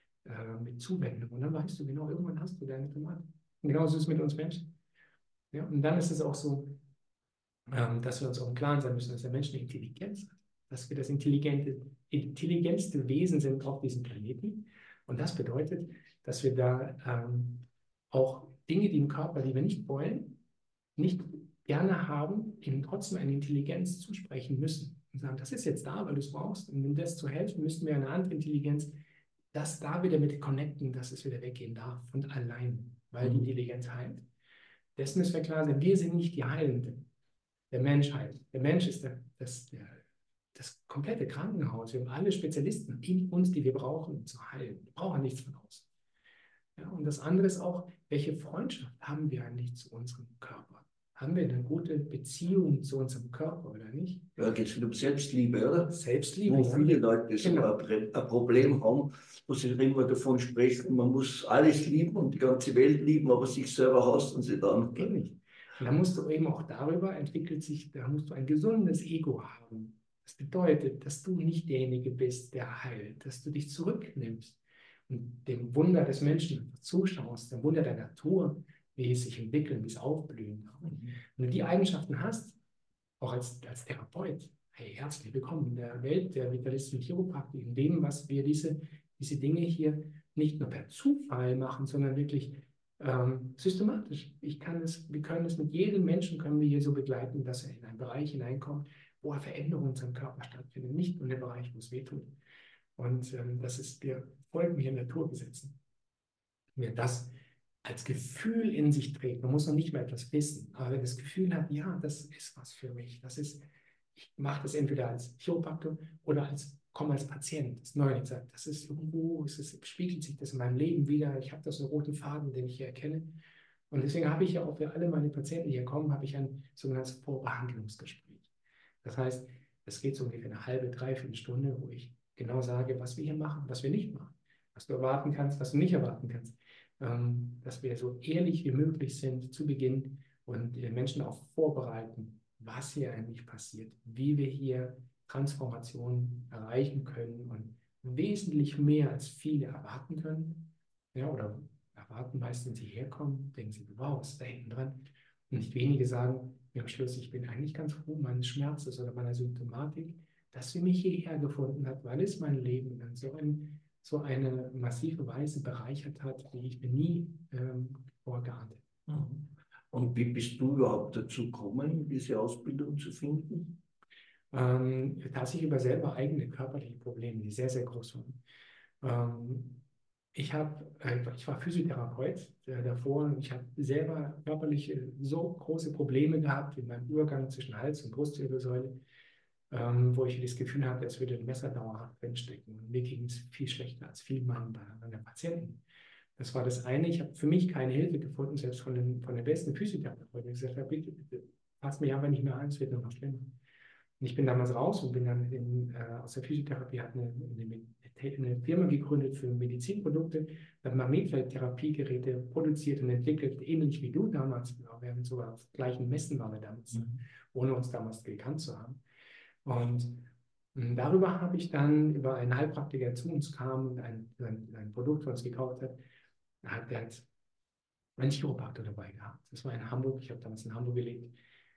S3: mit Zuwendung. Und dann weißt du genau, irgendwann hast du deine Tomate. Und genauso ist es mit uns Menschen. Ja, und dann ist es auch so, dass wir uns auch im Klaren sein müssen, dass der Mensch eine Intelligenz hat, dass wir das intelligenteste Wesen sind auf diesem Planeten. Und das bedeutet, dass wir da auch Dinge, die im Körper, die wir nicht wollen, nicht gerne haben, ihnen trotzdem eine Intelligenz zusprechen müssen. Und sagen, das ist jetzt da, weil du es brauchst. Und um das zu helfen, müssten wir eine andere Intelligenz, das da wieder mit connecten, dass es wieder weggehen darf von allein, weil die Intelligenz heilt. Dessen müssen wir klar sein, wir sind nicht die Heilenden. Der Mensch heilt. Der Mensch ist das komplette Krankenhaus. Wir haben alle Spezialisten in uns, die wir brauchen, um zu heilen. Wir brauchen nichts von außen. Ja, und das andere ist auch, welche Freundschaft haben wir eigentlich zu unserem Körper? Haben wir eine gute Beziehung zu unserem Körper oder nicht?
S2: Ja, geht es um Selbstliebe, oder?
S3: Selbstliebe.
S2: Wo viele Leute so
S3: Genau.
S2: ein Problem haben, wo sie immer davon sprechen, man muss alles lieben und die ganze Welt lieben, aber sich selber hassen sie dann.
S3: Geht nicht. Und da musst du eben auch darüber da musst du ein gesundes Ego haben. Das bedeutet, dass du nicht derjenige bist, der heilt, dass du dich zurücknimmst und dem Wunder des Menschen zuschaust, dem Wunder der Natur, wie es sich entwickelt, wie es aufblühen darf. Wenn du die Eigenschaften hast, auch als Therapeut, hey, herzlich willkommen in der Welt der vitalistischen Chiropraktik, in dem, was wir diese Dinge hier nicht nur per Zufall machen, sondern wirklich systematisch. Wir können es mit jedem Menschen, können wir hier so begleiten, dass er in einen Bereich hineinkommt, wo Veränderungen in seinem Körper stattfinden, nicht nur in den Bereich, wo es wehtut. Und wir folgen hier Naturgesetzen. Wer das als Gefühl in sich trägt, man muss noch nicht mal etwas wissen, aber wenn das Gefühl hat, ja, das ist was für mich, ich mache das entweder als Chiropraktor oder komme als Patient. Das Neue sagt, das ist irgendwo, spiegelt sich das in meinem Leben wieder. Ich habe da so einen roten Faden, den ich hier erkenne. Und deswegen habe ich ja auch für alle meine Patienten, die hier kommen, habe ich ein sogenanntes Vorbehandlungsgespräch. Das heißt, es geht so ungefähr eine halbe, dreiviertel Stunde, wo ich genau sage, was wir hier machen, was wir nicht machen, was du erwarten kannst, was du nicht erwarten kannst. Dass wir so ehrlich wie möglich sind zu Beginn und den Menschen auch vorbereiten, was hier eigentlich passiert, wie wir hier Transformationen erreichen können und wesentlich mehr als viele erwarten können. Ja, oder erwarten meist, wenn sie herkommen, denken sie, wow, was ist da hinten dran? Und nicht wenige sagen mir am Schluss, ich bin eigentlich ganz froh meines Schmerzes oder meiner Symptomatik, das für mich hierher gefunden hat, weil es mein Leben dann so eine massive Weise bereichert hat, wie ich mir nie vorgeahnt hätte.
S2: Und wie bist du überhaupt dazu gekommen, diese Ausbildung zu finden?
S3: Tatsächlich über selber eigene körperliche Probleme, die sehr, sehr groß waren. Ich war Physiotherapeut davor und ich habe selber körperliche so große Probleme gehabt in meinem Übergang zwischen Hals- und Brustwirbelsäule, wo ich das Gefühl hatte, es würde ein Messer dauerhaft drinstecken. Und mir ging es viel schlechter als vielen meiner Patienten. Das war das eine. Ich habe für mich keine Hilfe gefunden, selbst von den besten Physiotherapeuten. Ich gesagt habe, bitte, bitte, pass mir einfach nicht mehr an, es wird nur noch schlimmer. Und ich bin damals raus und bin dann aus der Physiotherapie, hat eine Firma gegründet für Medizinprodukte, hat Magnetfeldtherapiegeräte produziert und entwickelt, ähnlich wie du damals. Wir haben sogar auf gleichen Messen waren wir damals, ohne uns damals gekannt zu haben. Und darüber habe ich dann über einen Heilpraktiker, der zu uns kam und ein Produkt von uns gekauft hat, der hat einen Chiropraktor dabei gehabt. Das war in Hamburg, ich habe damals in Hamburg gelebt.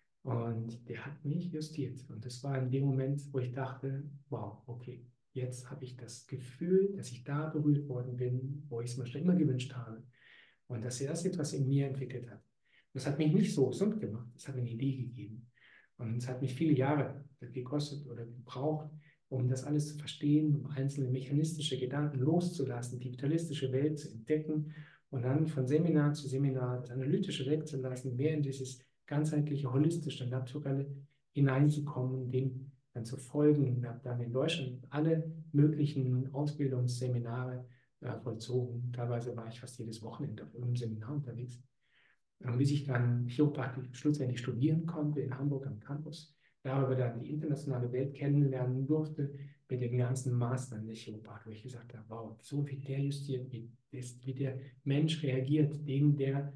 S3: Und der hat mich justiert. Und das war in dem Moment, wo ich dachte, wow, okay, jetzt habe ich das Gefühl, dass ich da berührt worden bin, wo ich es mir schon immer gewünscht habe. Und dass er das etwas in mir entwickelt hat. Das hat mich nicht so gesund gemacht, das hat mir eine Idee gegeben. Und es hat mich viele Jahre gekostet oder gebraucht, um das alles zu verstehen, um einzelne mechanistische Gedanken loszulassen, die vitalistische Welt zu entdecken und dann von Seminar zu Seminar das Analytische wegzulassen, mehr in dieses ganzheitliche, holistische, naturelle hineinzukommen, dem dann zu folgen. Ich habe dann in Deutschland alle möglichen Ausbildungsseminare vollzogen. Teilweise war ich fast jedes Wochenende auf irgendeinem Seminar unterwegs, bis ich dann Chiropraktik schlussendlich studieren konnte in Hamburg am Campus. Darüber dann die internationale Welt kennenlernen durfte mit den ganzen Mastern der Chiropraktik, wo ich gesagt habe, wow, so wie der justiert, wie der Mensch reagiert, den er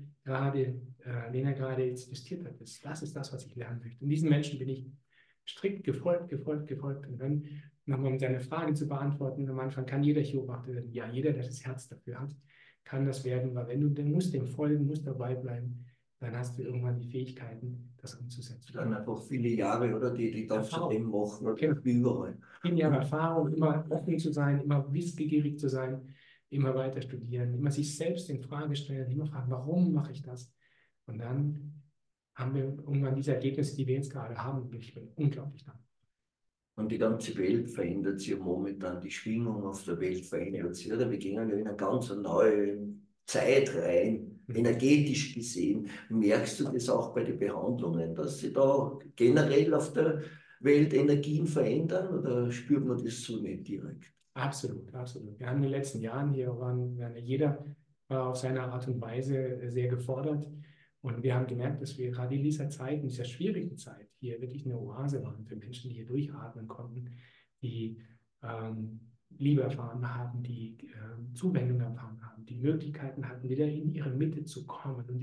S3: gerade jetzt justiert hat. Das ist das, was ich lernen möchte. Und diesen Menschen bin ich strikt gefolgt. Und dann, nochmal um seine Frage zu beantworten, am Anfang kann jeder Chiropraktiker, ja, jeder, der das Herz dafür hat, kann das werden, weil wenn du musst dem folgen, musst dabei bleiben, dann hast du irgendwann die Fähigkeiten, das umzusetzen.
S2: Dann einfach viele Jahre, oder die dann zu dem machen,
S3: genau.
S2: Wie überall.
S3: Viele Jahre Erfahrung, immer offen zu sein, immer wissbegierig zu sein, immer weiter studieren, immer sich selbst in Frage stellen, immer fragen, warum mache ich das? Und dann haben wir irgendwann diese Ergebnisse, die wir jetzt gerade haben. Und ich bin unglaublich dankbar.
S2: Und die ganze Welt verändert sich momentan, die Schwingung auf der Welt verändert sich. Oder? Wir gehen ja in eine ganz neue Zeit rein, energetisch gesehen. Merkst du das auch bei den Behandlungen, dass sich da generell auf der Welt Energien verändern oder spürt man das so nicht direkt?
S3: Absolut, absolut. Wir haben in den letzten Jahren jeder war auf seine Art und Weise sehr gefordert. Und wir haben gemerkt, dass wir gerade in dieser Zeit, in dieser schwierigen Zeit, hier wirklich eine Oase waren für Menschen, die hier durchatmen konnten, die Liebe erfahren haben, die Zuwendung erfahren haben, die Möglichkeiten hatten, wieder in ihre Mitte zu kommen. Und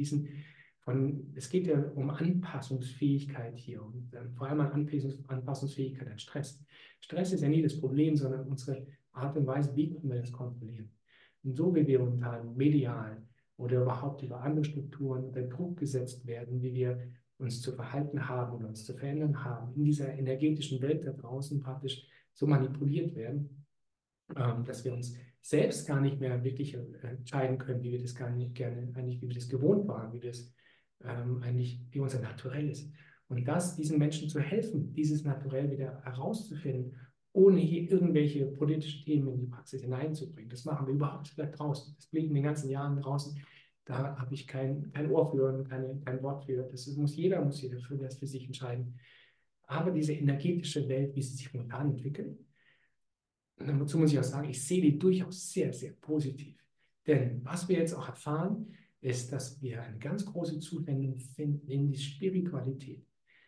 S3: es geht ja um Anpassungsfähigkeit hier und vor allem an Anpassungsfähigkeit an Stress. Stress ist ja nie das Problem, sondern unsere Art und Weise, wie können wir das kontrollieren. Und so wie wir momentan medial oder überhaupt über andere Strukturen unter Druck gesetzt werden, wie wir uns zu verhalten haben oder uns zu verändern haben, in dieser energetischen Welt da draußen praktisch so manipuliert werden, dass wir uns selbst gar nicht mehr wirklich entscheiden können, wie wir das wie wir das gewohnt waren, wie unser Naturell ist. Und diesen Menschen zu helfen, dieses Naturell wieder herauszufinden, ohne hier irgendwelche politischen Themen in die Praxis hineinzubringen. Das machen wir überhaupt nicht draußen. Das blieb in den ganzen Jahren draußen. Da habe ich kein Ohr für und kein Wort für. Jeder muss für das für sich entscheiden. Aber diese energetische Welt, wie sie sich momentan entwickelt, und dazu muss ich auch sagen, ich sehe die durchaus sehr, sehr positiv. Denn was wir jetzt auch erfahren, ist, dass wir eine ganz große Zuwendung finden in die Spiritualität.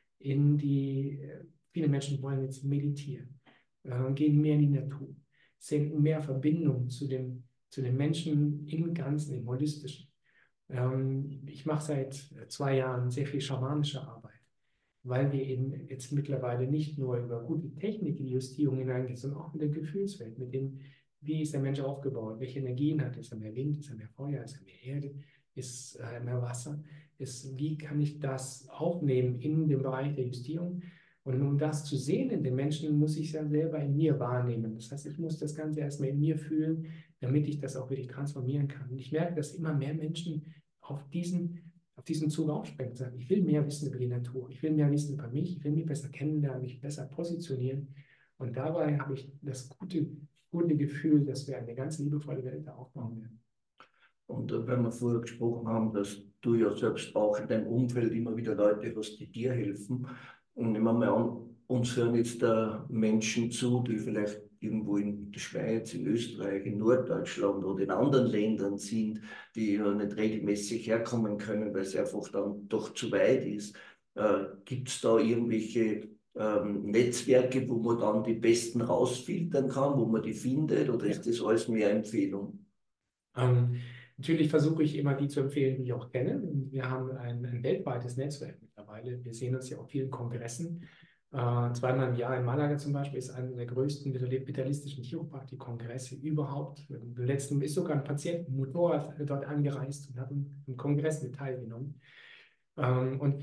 S3: Viele Menschen wollen jetzt meditieren, gehen mehr in die Natur, sehen mehr Verbindung zu den Menschen im Ganzen, im Holistischen. Ich mache seit 2 Jahren sehr viel schamanische Arbeit, weil wir eben jetzt mittlerweile nicht nur über gute Technik in die Justierung hineingehen, sondern auch mit der Gefühlswelt, wie ist der Mensch aufgebaut, welche Energien hat er, ist er mehr Wind, ist er mehr Feuer, ist er mehr Erde, ist mehr Wasser, wie kann ich das aufnehmen in dem Bereich der Justierung Und um das zu sehen in den Menschen, muss ich es ja selber in mir wahrnehmen. Das heißt, ich muss das Ganze erstmal in mir fühlen, damit ich das auch wirklich transformieren kann. Und ich merke, dass immer mehr Menschen auf diesen Zug aufspringen und sagen, ich will mehr wissen über die Natur, ich will mehr wissen über mich, ich will mich besser kennenlernen, mich besser positionieren. Und dabei habe ich das gute Gefühl, dass wir eine ganz liebevolle Welt aufbauen werden.
S2: Und wenn wir vorher gesprochen haben, dass du ja selbst auch in deinem Umfeld immer wieder Leute hast, die dir helfen. Und nehmen wir mal an, uns hören jetzt da Menschen zu, die vielleicht irgendwo in der Schweiz, in Österreich, in Norddeutschland oder in anderen Ländern sind, die ja nicht regelmäßig herkommen können, weil es einfach dann doch zu weit ist. Gibt es da irgendwelche Netzwerke, wo man dann die Besten rausfiltern kann, wo man die findet, oder ist das alles mehr Empfehlung?
S3: Natürlich versuche ich immer die zu empfehlen, die ich auch kenne. Wir haben ein weltweites Netzwerk mittlerweile. Wir sehen uns ja auf vielen Kongressen. Zweimal im Jahr in Malaga zum Beispiel ist einer der größten vitalistischen Chiropraktik-Kongresse überhaupt. Im letzten ist sogar ein Patient mit Motorrad dort angereist und hat im Kongress mit teilgenommen. Und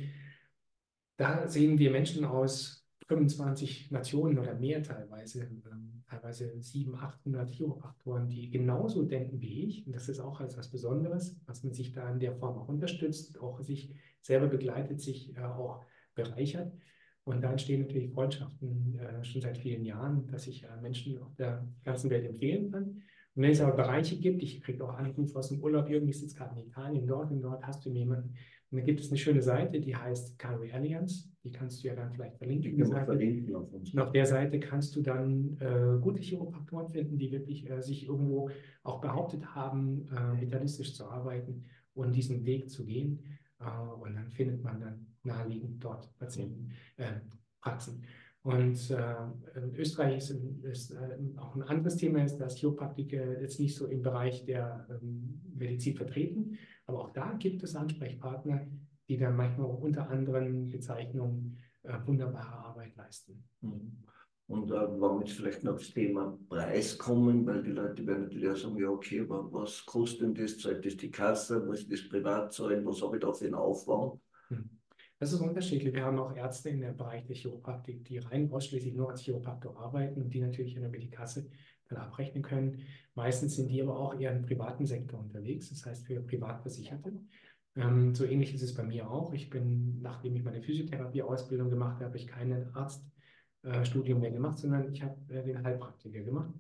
S3: da sehen wir Menschen aus 25 Nationen oder mehr teilweise 700, 800 Chiropraktoren, die genauso denken wie ich. Und das ist auch als was Besonderes, was man sich da in der Form auch unterstützt, auch sich selber begleitet, sich auch bereichert. Und da entstehen natürlich Freundschaften schon seit vielen Jahren, dass ich Menschen auf der ganzen Welt empfehlen kann. Und wenn es aber Bereiche gibt, ich kriege auch Anrufe aus dem Urlaub, Jürgen, ich sitze gerade in Italien, dort und dort hast du jemanden. Und da gibt es eine schöne Seite, die heißt Cari Alliance. Die kannst du ja dann vielleicht verlinken.
S2: Die können wir verlinken auf uns.
S3: Und auf der Seite kannst du dann gute Chiropraktoren finden, die wirklich sich irgendwo auch behauptet haben, vitalistisch zu arbeiten und diesen Weg zu gehen. Und dann findet man dann naheliegend dort Praxen. Und in Österreich ist auch ein anderes Thema, ist, dass Chiropraktiker jetzt nicht so im Bereich der Medizin vertreten. Aber auch da gibt es Ansprechpartner, die dann manchmal auch unter anderen Bezeichnungen wunderbare Arbeit leisten.
S2: Und wenn wir jetzt vielleicht noch aufs Thema Preis kommen, weil die Leute werden natürlich auch sagen, ja okay, aber was kostet denn das? Zahlt das die Kasse? Muss ich das privat zahlen? Was habe ich da für einen Aufwand?
S3: Das ist unterschiedlich. Wir haben auch Ärzte in dem Bereich der Chiropraktik, die rein ausschließlich nur als Chiropraktor arbeiten und die natürlich über die Kasse dann abrechnen können. Meistens sind die aber auch eher im privaten Sektor unterwegs, das heißt für Privatversicherte. So ähnlich ist es bei mir auch. Nachdem ich meine Physiotherapie-Ausbildung gemacht habe, habe ich kein Arztstudium mehr gemacht, sondern ich habe den Heilpraktiker gemacht.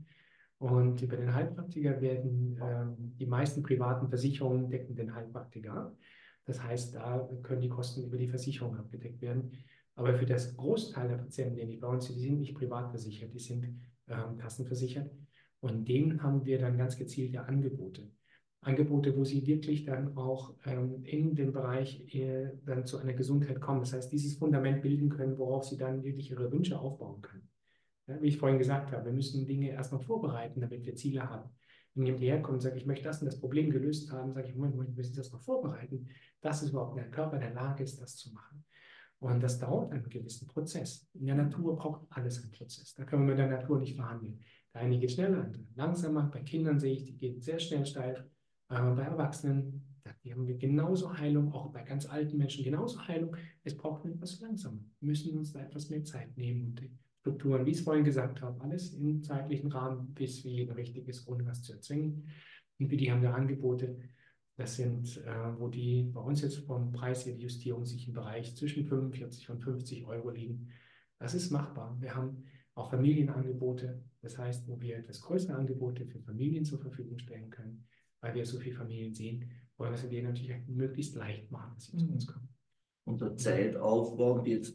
S3: Und über den Heilpraktiker werden die meisten privaten Versicherungen decken den Heilpraktiker ab. Das heißt, da können die Kosten über die Versicherung abgedeckt werden. Aber für das Großteil der Patienten, die bei uns sind, die sind nicht privat versichert, die sind kassenversichert. Und denen haben wir dann ganz gezielte Angebote. Angebote, wo sie wirklich dann auch in dem Bereich dann zu einer Gesundheit kommen. Das heißt, dieses Fundament bilden können, worauf sie dann wirklich ihre Wünsche aufbauen können. Ja, wie ich vorhin gesagt habe, wir müssen Dinge erstmal vorbereiten, damit wir Ziele haben. Wenn jemand hierher kommt und sagt, ich möchte das und das Problem gelöst haben, sage ich, Moment, wir müssen das noch vorbereiten, dass es überhaupt der Körper in der Lage ist, das zu machen. Und das dauert einen gewissen Prozess. In der Natur braucht alles einen Prozess. Da können wir mit der Natur nicht verhandeln. Der eine geht schneller, andere langsamer. Bei Kindern sehe ich, die geht sehr schnell steil. Bei Erwachsenen, die haben wir genauso Heilung, auch bei ganz alten Menschen genauso Heilung. Es braucht etwas langsamer. Wir müssen uns da etwas mehr Zeit nehmen und die Strukturen, wie ich es vorhin gesagt habe, alles im zeitlichen Rahmen, bis wie jedem richtig ist, ohne was zu erzwingen. Und für die haben wir Angebote. Das sind, wo die bei uns jetzt vom Preis her die Justierung sich im Bereich zwischen 45 und 50 Euro liegen. Das ist machbar. Wir haben auch Familienangebote, das heißt, wo wir etwas größere Angebote für Familien zur Verfügung stellen können, weil wir so viele Familien sehen, wollen wir es denen natürlich möglichst leicht machen, dass sie zu uns kommen.
S2: Und der Zeitaufwand jetzt,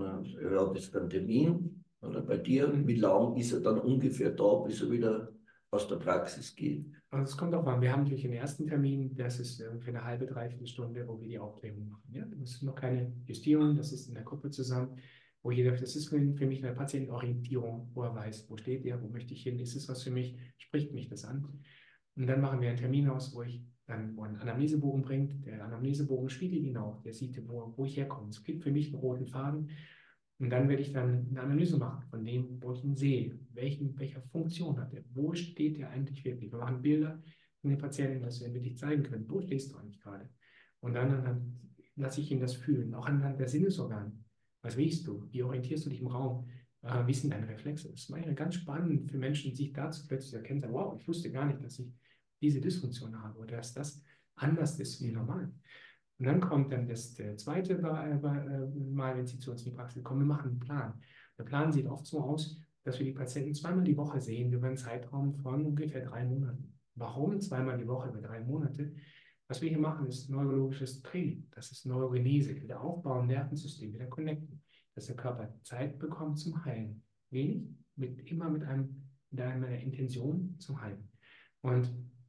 S2: er hat jetzt einen Termin oder bei dir, wie lang ist er dann ungefähr da, bis er wieder aus der Praxis geht?
S3: Also es kommt auch an. Wir haben natürlich den ersten Termin, das ist für eine halbe, dreiviertel Stunde, wo wir die Aufklärung machen. Ja? Das ist noch keine Justierung, das ist in der Gruppe zusammen, wo das ist für mich eine Patientenorientierung, wo er weiß, wo steht er, wo möchte ich hin, ist es was für mich, spricht mich das an. Und dann machen wir einen Termin aus, wo einen Anamnesebogen bringt. Der Anamnesebogen spiegelt ihn auch, der sieht, wo ich herkomme. Es gibt für mich einen roten Faden. Und dann werde ich dann eine Analyse machen von dem, wo ich ihn sehe. Welche Funktion hat er? Wo steht er eigentlich wirklich? Wir machen Bilder von den Patienten, dass wir wirklich zeigen können, wo stehst du eigentlich gerade? Und dann lasse ich ihn das fühlen, auch anhand der Sinnesorgane. Was riechst du? Wie orientierst du dich im Raum? Wie sind deine Reflexe? Das ist ganz spannend für Menschen, sich dazu plötzlich erkennen, sagen, wow, ich wusste gar nicht, dass ich diese Dysfunktion habe oder dass das anders ist wie normal. Und dann kommt dann der zweite Mal, wenn sie zu uns in die Praxis kommen, wir machen einen Plan. Der Plan sieht oft so aus, dass wir die Patienten zweimal die Woche sehen über einen Zeitraum von ungefähr 3 Monaten. Warum zweimal die Woche über 3 Monate? Was wir hier machen, ist neurologisches Training. Das ist Neurogenese, wieder aufbauen, Nervensystem, wieder connecten, dass der Körper Zeit bekommt zum Heilen. Wenig, immer mit einer Intention zum Heilen. Und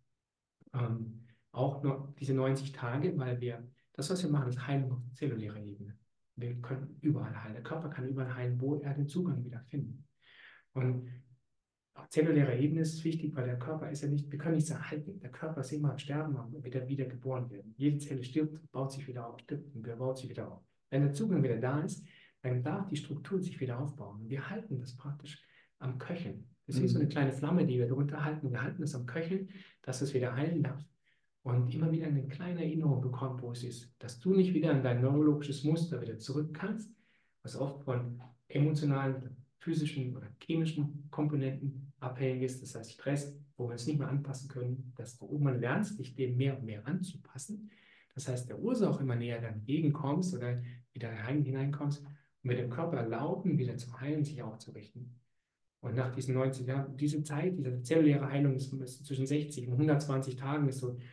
S3: auch noch diese 90 Tage, weil das, was wir machen, ist Heilung auf zellulärer Ebene. Wir können überall heilen. Der Körper kann überall heilen, wo er den Zugang wieder findet. Und auf zellulärer Ebene ist es wichtig, weil der Körper ist ja nicht, wir können nichts erhalten. Der Körper ist immer am Sterben, wieder geboren werden. Jede Zelle stirbt, baut sich wieder auf, stirbt und baut sich wieder auf. Wenn der Zugang wieder da ist, dann darf die Struktur sich wieder aufbauen. Und wir halten das praktisch am Köcheln. Das ist wie so eine kleine Flamme, die wir darunter halten. Wir halten das am Köcheln, dass es wieder heilen darf. Und immer wieder eine kleine Erinnerung bekommt, wo es ist, dass du nicht wieder in dein neurologisches Muster wieder zurück kannst, was oft von emotionalen, physischen oder chemischen Komponenten abhängig ist, das heißt Stress, wo wir uns nicht mehr anpassen können, dass du irgendwann lernst, dich dem mehr und mehr anzupassen. Das heißt, der Ursache immer näher dann entgegenkommst oder wieder hineinkommst und mit dem Körper erlauben, wieder zu heilen, sich aufzurichten. Und nach diesen 90 Jahren, diese Zeit, diese zelluläre Heilung ist zwischen 60 und 120 Tagen, ist so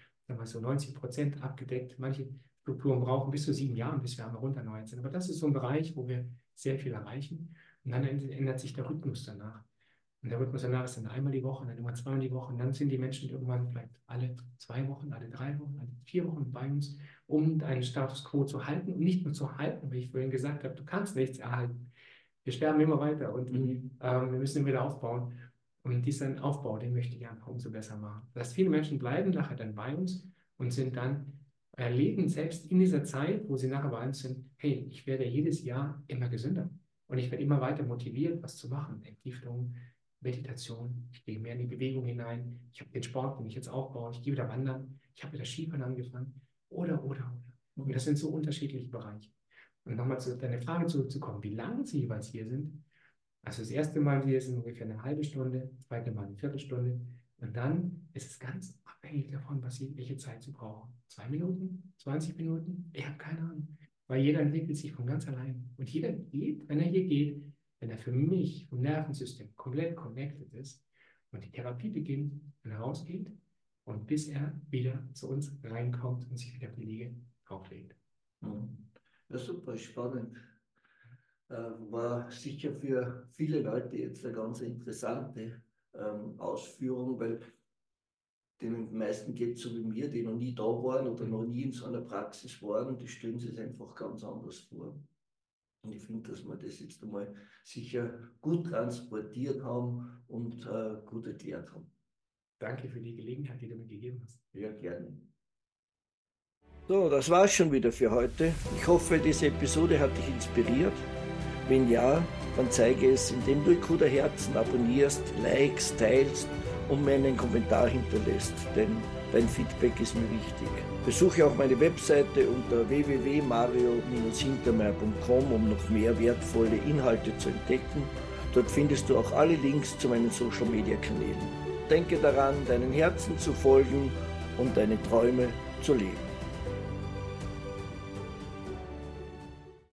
S3: 90% abgedeckt. Manche Strukturen brauchen bis zu 7 Jahre, bis wir einmal runter 19. Aber das ist so ein Bereich, wo wir sehr viel erreichen. Und dann ändert sich der Rhythmus danach. Und der Rhythmus danach ist dann einmal die Woche, dann immer zweimal die Woche. Und dann sind die Menschen irgendwann vielleicht alle 2 Wochen, alle 3 Wochen, alle 4 Wochen bei uns, um einen Status quo zu halten. Und nicht nur zu halten, wie ich vorhin gesagt habe, du kannst nichts erhalten. Wir sterben immer weiter und wir müssen ihn wieder aufbauen. Und diesen Aufbau, den möchte ich einfach umso besser machen. Das heißt, viele Menschen bleiben nachher dann bei uns und erleben selbst in dieser Zeit, wo sie nachher bei uns sind, hey, ich werde jedes Jahr immer gesünder. Und ich werde immer weiter motiviert, was zu machen. Entgiftung, Meditation, ich gehe mehr in die Bewegung hinein. Ich habe den Sport, den ich jetzt aufbaue. Ich gehe wieder wandern. Ich habe wieder Skifahren angefangen. Oder. Und das sind so unterschiedliche Bereiche. Und nochmal zu deiner Frage zurückzukommen, wie lange Sie jeweils hier sind. Also das erste Mal hier sind ungefähr eine halbe Stunde, das zweite Mal eine Viertelstunde. Und dann ist es ganz abhängig davon, welche Zeit Sie brauchen. 2 Minuten, 20 Minuten, ich habe keine Ahnung. Weil jeder entwickelt sich von ganz allein. Und jeder geht, wenn er hier geht, wenn er für mich vom Nervensystem komplett connected ist und die Therapie beginnt, wenn er rausgeht und bis er wieder zu uns reinkommt und sich wieder auf die Liege auflegt.
S2: Ja, super, spannend. War sicher für viele Leute jetzt eine ganz interessante Ausführung, weil den meisten geht es so wie mir, die noch nie da waren oder noch nie in so einer Praxis waren, die stellen sich einfach ganz anders vor. Und ich finde, dass wir das jetzt einmal sicher gut transportiert haben und gut erklärt haben.
S3: Danke für die Gelegenheit, die du mir gegeben hast.
S2: Ja, gerne. So, das war's schon wieder für heute. Ich hoffe, diese Episode hat dich inspiriert. Wenn ja, dann zeige es, indem du Ikuda Herzen abonnierst, likest, teilst und mir einen Kommentar hinterlässt, denn dein Feedback ist mir wichtig. Besuche auch meine Webseite unter www.mario-hintermeyer.com, um noch mehr wertvolle Inhalte zu entdecken. Dort findest du auch alle Links zu meinen Social-Media-Kanälen. Denke daran, deinen Herzen zu folgen und deine Träume zu leben.